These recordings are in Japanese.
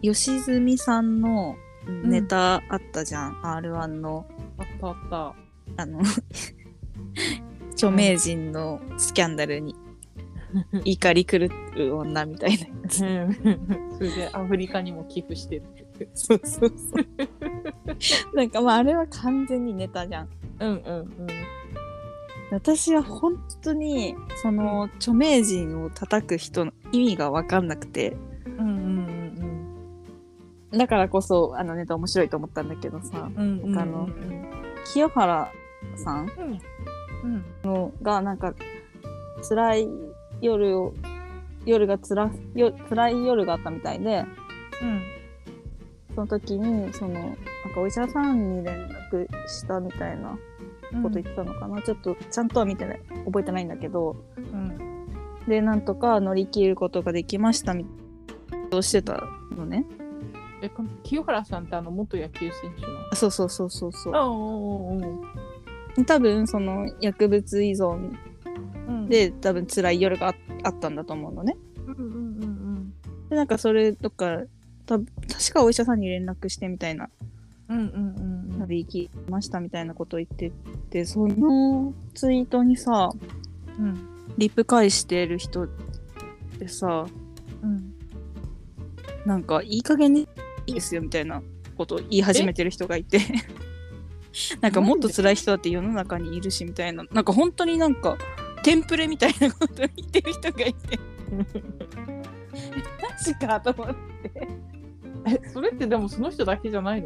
吉住さんのネタあったじゃん、R1 のあったあった。 著名人のスキャンダルに怒り狂う女みたいなやつそれでアフリカにも寄付してるってそうそうそうなんかまああれは完全にネタじゃん。 うんうんうん。 私は本当にその著名人を叩く人の意味が分かんなくて、 うんうんうん、 だからこそネタ面白いと思ったんだけどさ、 うんうんうん、 清原さんのがなんか辛い夜が辛い夜があったみたいで、その時になんかお医者さんに連絡したみたいなこと言ってたのかな、ちょっとちゃんとは見てない、覚えてないんだけど、でなんとか乗り切ることができましたみたいなことをしてたのね。 この清原さんって元野球選手の？ そう多分その薬物依存で、多分辛い夜があったんだと思うのね。でなんかそれとか確かお医者さんに連絡してみたいな、乗り切りましたみたいなことを言ってて、そのツイートにさ、リップ返してる人ってさ、なんかいい加減にいいですよみたいなことを言い始めてる人がいてなんかもっと辛い人だって世の中にいるしみたいな、なんか本当になんかテンプレみたいなことを言ってる人がいてマジかと思ってそれってでもその人だけじゃないの？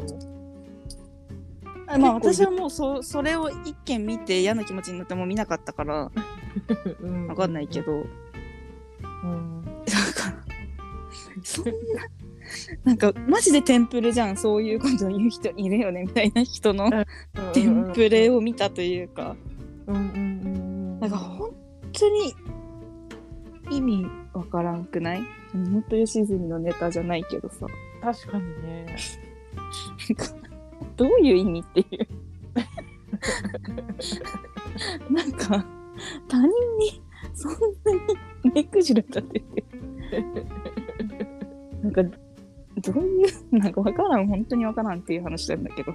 まあ私はもうそれを一見見て嫌な気持ちになってもう見なかったから分かんないけど、なんかそんななんかマジでテンプレじゃん、そういうことを言う人いるよねみたいな人のテンプレを見たというか、なんか本当に意味わからんくない？本当吉住のネタじゃないけどさ、 確かにねどういう意味っていうなんか他人にそんなに目くじら立ててなんかどういうなんかわからん、本当にわからんっていう話なんだけど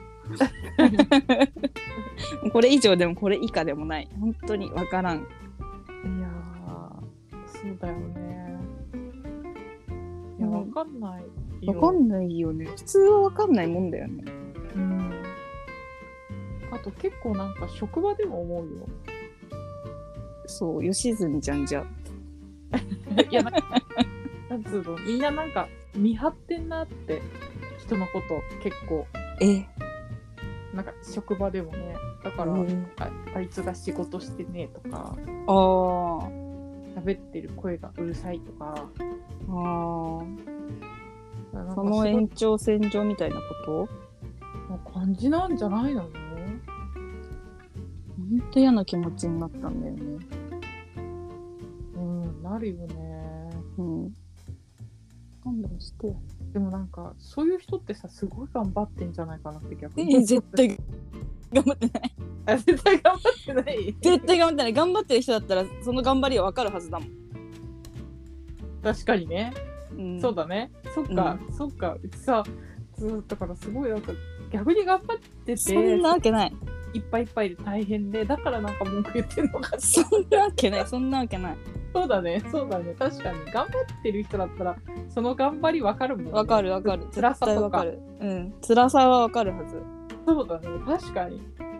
これ以上でもこれ以下でもない、本当にわからん。 いやそうだよね。いやわかんないよ。 わかんないよね、普通はわかんないもんだよね。 あと結構なんか職場でも思うよ。 そう吉住じゃんじゃいやなんつうの、みんななんか見張ってんなって人のこと結構なんか職場でもね、だから、あいつが仕事してねとか、喋ってる声がうるさいとか、 その延長線上みたいなことの感じなんじゃないの？ ほんと嫌な気持ちになったんだよね。 なるよね。 勘弁してよ。 でもなんかそういう人ってさ、すごい頑張ってんじゃないかなって逆に。 絶対頑張ってない絶対頑張ってない絶対頑張ってない。頑張ってる人だったらその頑張りは分かるはずだもん。 確かにね、そうだね。そっか、うちさだからすごいなんか逆に頑張ってて、 そんなわけない、 いっぱいいっぱいで大変で、だからなんか文句言ってんのかそんなわけないそうだね確かに頑張ってる人だったらその頑張りわかるもんね。 わかる辛さとかわかる。辛さはわかるはず。 そうだね、確かに。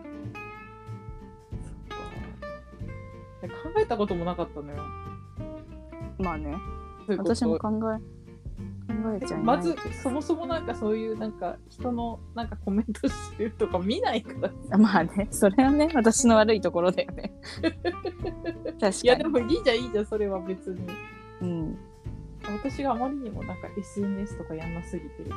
そっか、考えたこともなかったのよ。 まあね、私も考えちゃいない。 まずそもそもなんかそういうなんか人のなんかコメントしてるとか見ないからまあね、それはね私の悪いところだよね確かに。 いやでもいいじゃんそれは別に。私があまりにもなんか SNS とかやんなすぎてるって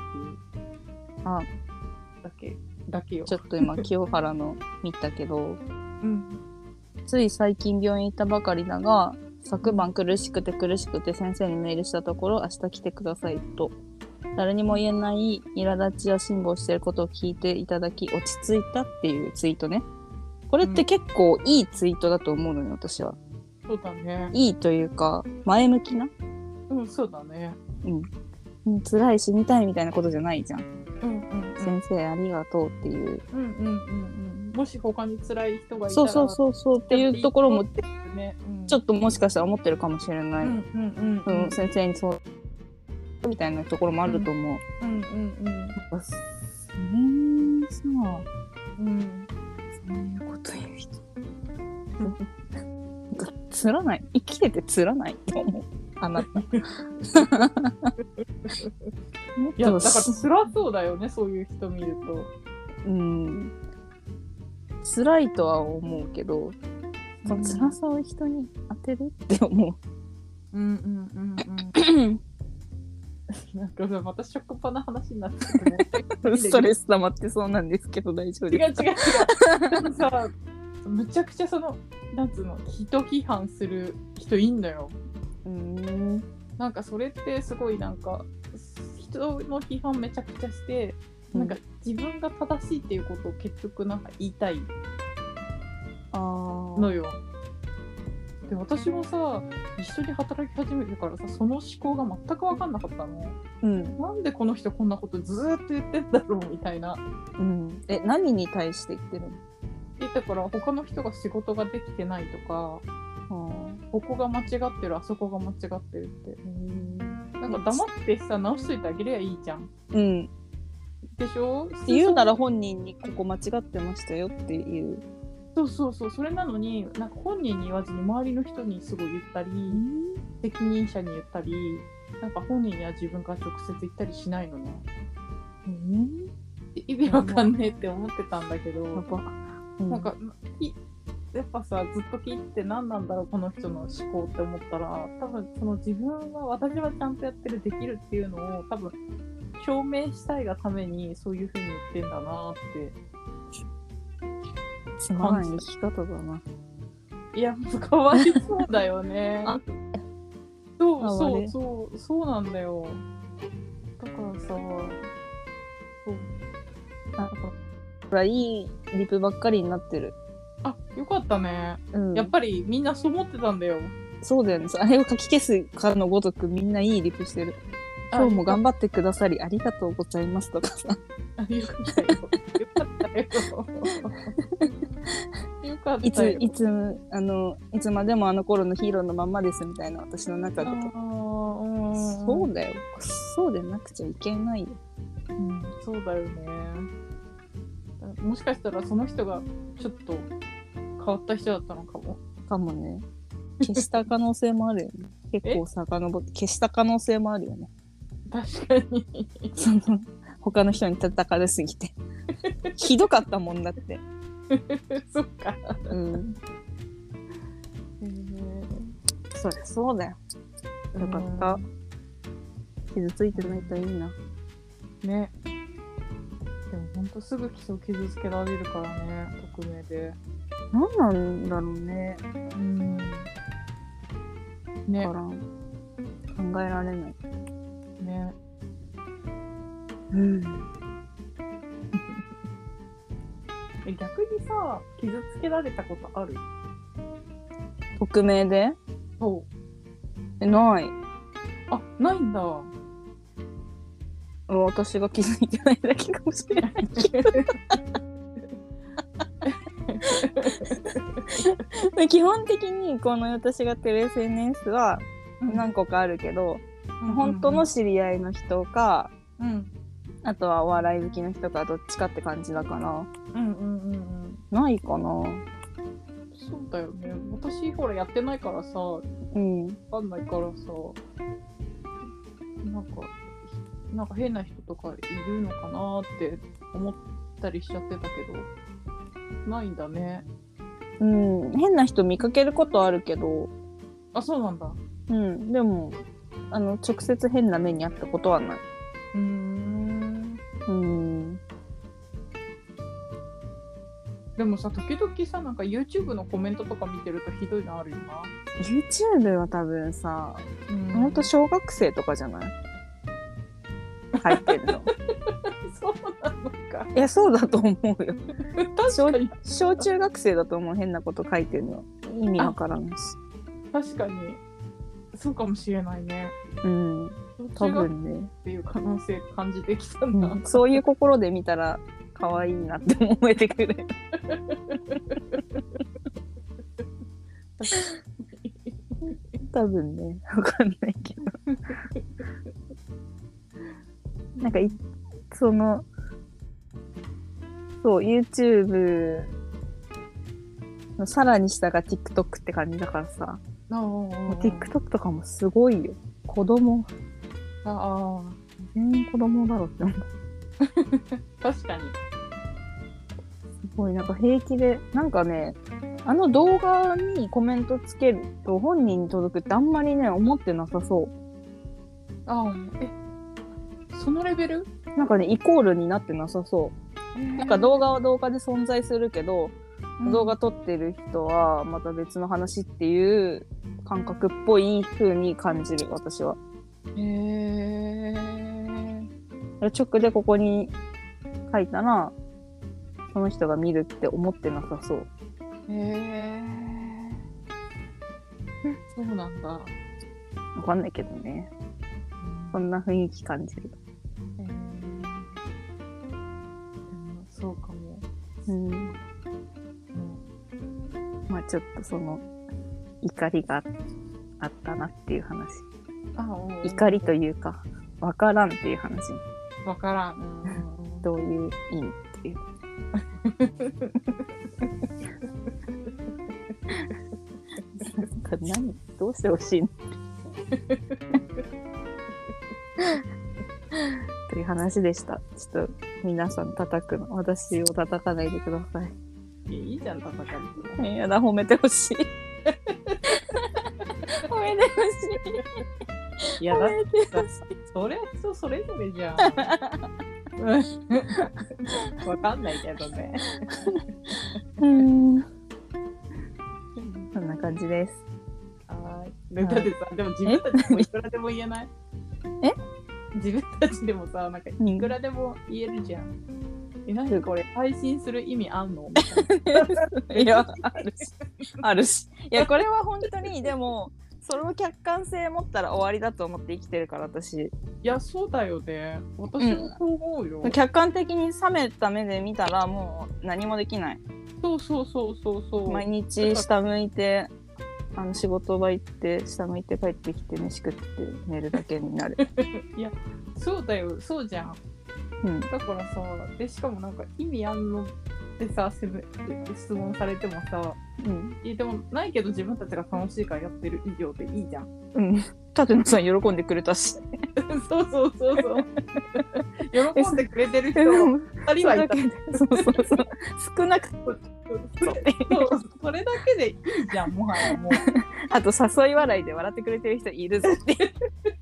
いうだけよ。 ちょっと今清原の見たけど、つい最近病院行ったばかりだが、昨晩苦しくて先生にメールしたところ、明日来てくださいと誰にも言えない苛立ちや辛抱していることを聞いていただき落ち着いたっていうツイートね。これって結構いいツイートだと思うのよ、私は。 そうだね。 いいというか前向きな。 そうだね。 辛い死にたいみたいなことじゃないじゃん。 うんうんうん、 先生ありがとうっていう。 うんうんうんうん。もし他に辛い人がいたら。 そうっていうところもね、 ちょっともしかしたら思ってるかもしれない。先生にそうみたいなところもあると思う。それさ、そういうこと言う人。なんかつらない。生きててつらないと思う。あなた。いやだから辛そうだよね、そういう人見ると。 辛いとは思うけど、その辛さを人に当てるって思う。 なんかまた職場の話になってるね。 ストレス溜まってそうなんですけど大丈夫ですか？ 違う。でもさ、むちゃくちゃそのなんつうの、人批判する人いんだよ。なんかそれってすごいなんか人の批判めちゃくちゃして、なんか自分が正しいっていうことを結局なんか言いたいのよ。で私もさ、一緒に働き始めてからさ、その思考が全く分かんなかったの。なんでこの人こんなことずっと言ってんだろうみたいな。 何に対して言ってるの？ だから他の人が仕事ができてないとか、ここが間違ってる、あそこが間違ってるって。なんか黙ってさ、直しといてあげりゃいいじゃん。でしょ？ 言うなら本人にここ間違ってましたよっていう。 そうそれなのに、なんか本人に言わずに周りの人にすごい言ったり、責任者に言ったり、なんか本人には自分が直接言ったりしないのね。意味わかんねえって思ってたんだけど、なんかやっぱさ、ずっと聞いて何なんだろうこの人の思考って思ったら、多分その自分は私はちゃんとやってる、できるっていうのを多分証明したいがためにそういう風に言ってんだなって。 つまらない生き方だな。 いや、かわいそうだよね。そうなんだよ。だからさ、 いいリプばっかりになってる。 あ、よかったね。やっぱりみんなそう思ってたんだよ。 そうだよね。あれを書き消すかのごとくみんないいリプしてる。今日も頑張ってくださりありがとうございますとかさ。 よかったよ。よかったよ。よかったよ。 いつまでもあの頃のヒーローのまんまですみたいな、私の中でと。そうだよ。そうでなくちゃいけないよ。 そうだよね。もしかしたらその人がちょっと変わった人だったのかも。 かもね。消した可能性もあるよね。結構遡って消した可能性もあるよね。 確かに。 その他の人に叩かれすぎてひどかったもんだって。 そっか。 そりゃそうだよ。よかった。傷ついてないといいな。 ね。でもほんとすぐ傷つけられるからね、匿名で。 何なんだろうね。 ね。 だから考えられない。 ね。逆にさ、傷つけられたことある？ 匿名で？ そう。 ない。 あ、ないんだ。 私が気づいてないだけかもしれないけど基本的にこの私がやってる SNS は何個かあるけど、本当の知り合いの人か、あとはお笑い好きの人かどっちかって感じだから、ないかな。 そうだよね。私ほらやってないからさ、わかんないからさ、なんか変な人とかいるのかなって思ったりしちゃってたけど、ないんだね。 変な人見かけることあるけど。 あ、そうなんだ。 でも直接変な目にあったことはない。 でもさ、時々さ、なんか YouTube のコメントとか見てるとひどいのあるよな。 YouTube は多分さ、ほんと小学生とかじゃない？書いてるの。 そうなのか。 いや、そうだと思うよ。 確かに。 小中学生だと思う、変なこと書いてるの。意味わからんし。 確かに。 そうかもしれないね。 うん。多分ね。 っていう可能性感じてきたんだ。 そういう心で見たら可愛いなって思えてくる。多分ね、わかんないけど。なんかそう YouTube のさらに下が TikTok って感じだからさ。もう TikTok とかもすごいよ。子供。全員子供だろって思う。 確かに。 すごいなんか平気でなんかね、あの動画にコメントつけると本人に届くってあんまりね思ってなさそう。 そのレベル？ なんかねイコールになってなさそう。なんか動画は動画で存在するけど、動画撮ってる人はまた別の話っていう感覚っぽい風に感じる私は。直でここに書いたらその人が見るって思ってなさそう。 そうなんだ。 わかんないけどね。そんな雰囲気感じる。 そうかも。 まあちょっとその怒りがあったなっていう話。怒りというかわからんっていう話。 わからん。 どういう意味っていう。どうしてほしいのという話でした。ちょっと皆さん叩くの、私を叩かないでください。 いいじゃん、叩かれても。 やだ、褒めてほしい。褒めてほしい。 いやだってさ、それぞれじゃん。わかんないけどね。 そんな感じです。 だってさ、でも自分たちもいくらでも言えない？自分たちでもさ、なんかいくらでも言えるじゃん。何これ配信する意味あんの？みたいな。 いや、あるし。いや、これは本当に、でも、その客観性持ったら終わりだと思って生きてるから、私。 いや、そうだよね。私もそう思うよ。 客観的に冷めた目で見たら、もう何もできない。 そう。 毎日下向いて、仕事場行って下向いて帰ってきて飯食って寝るだけになる。 いや、そうだよ、そうじゃん。だからさ、でしかもなんか意味あんのってさ、質問されてもさ、でもないけど自分たちが楽しいからやってる以上でいいじゃん。 舘野さん喜んでくれたし。 そう。喜んでくれてる人2人はいた。 そう。少なくそれだけでいいじゃん、もはやもう。 あと誘い笑いで笑ってくれてる人いるぞっていう。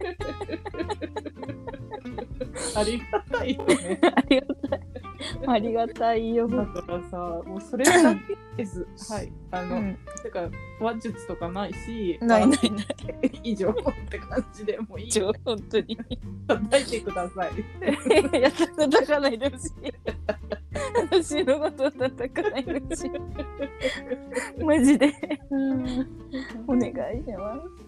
ありがたいよね。 ありがたいよ。 だからさ、もうそれだけです。はい。てか話術とかないし、 ない以上って感じでもういい。 本当に叩いてください。 いや、叩かないでほしい。私のことを叩かないでほしい。マジでお願いします。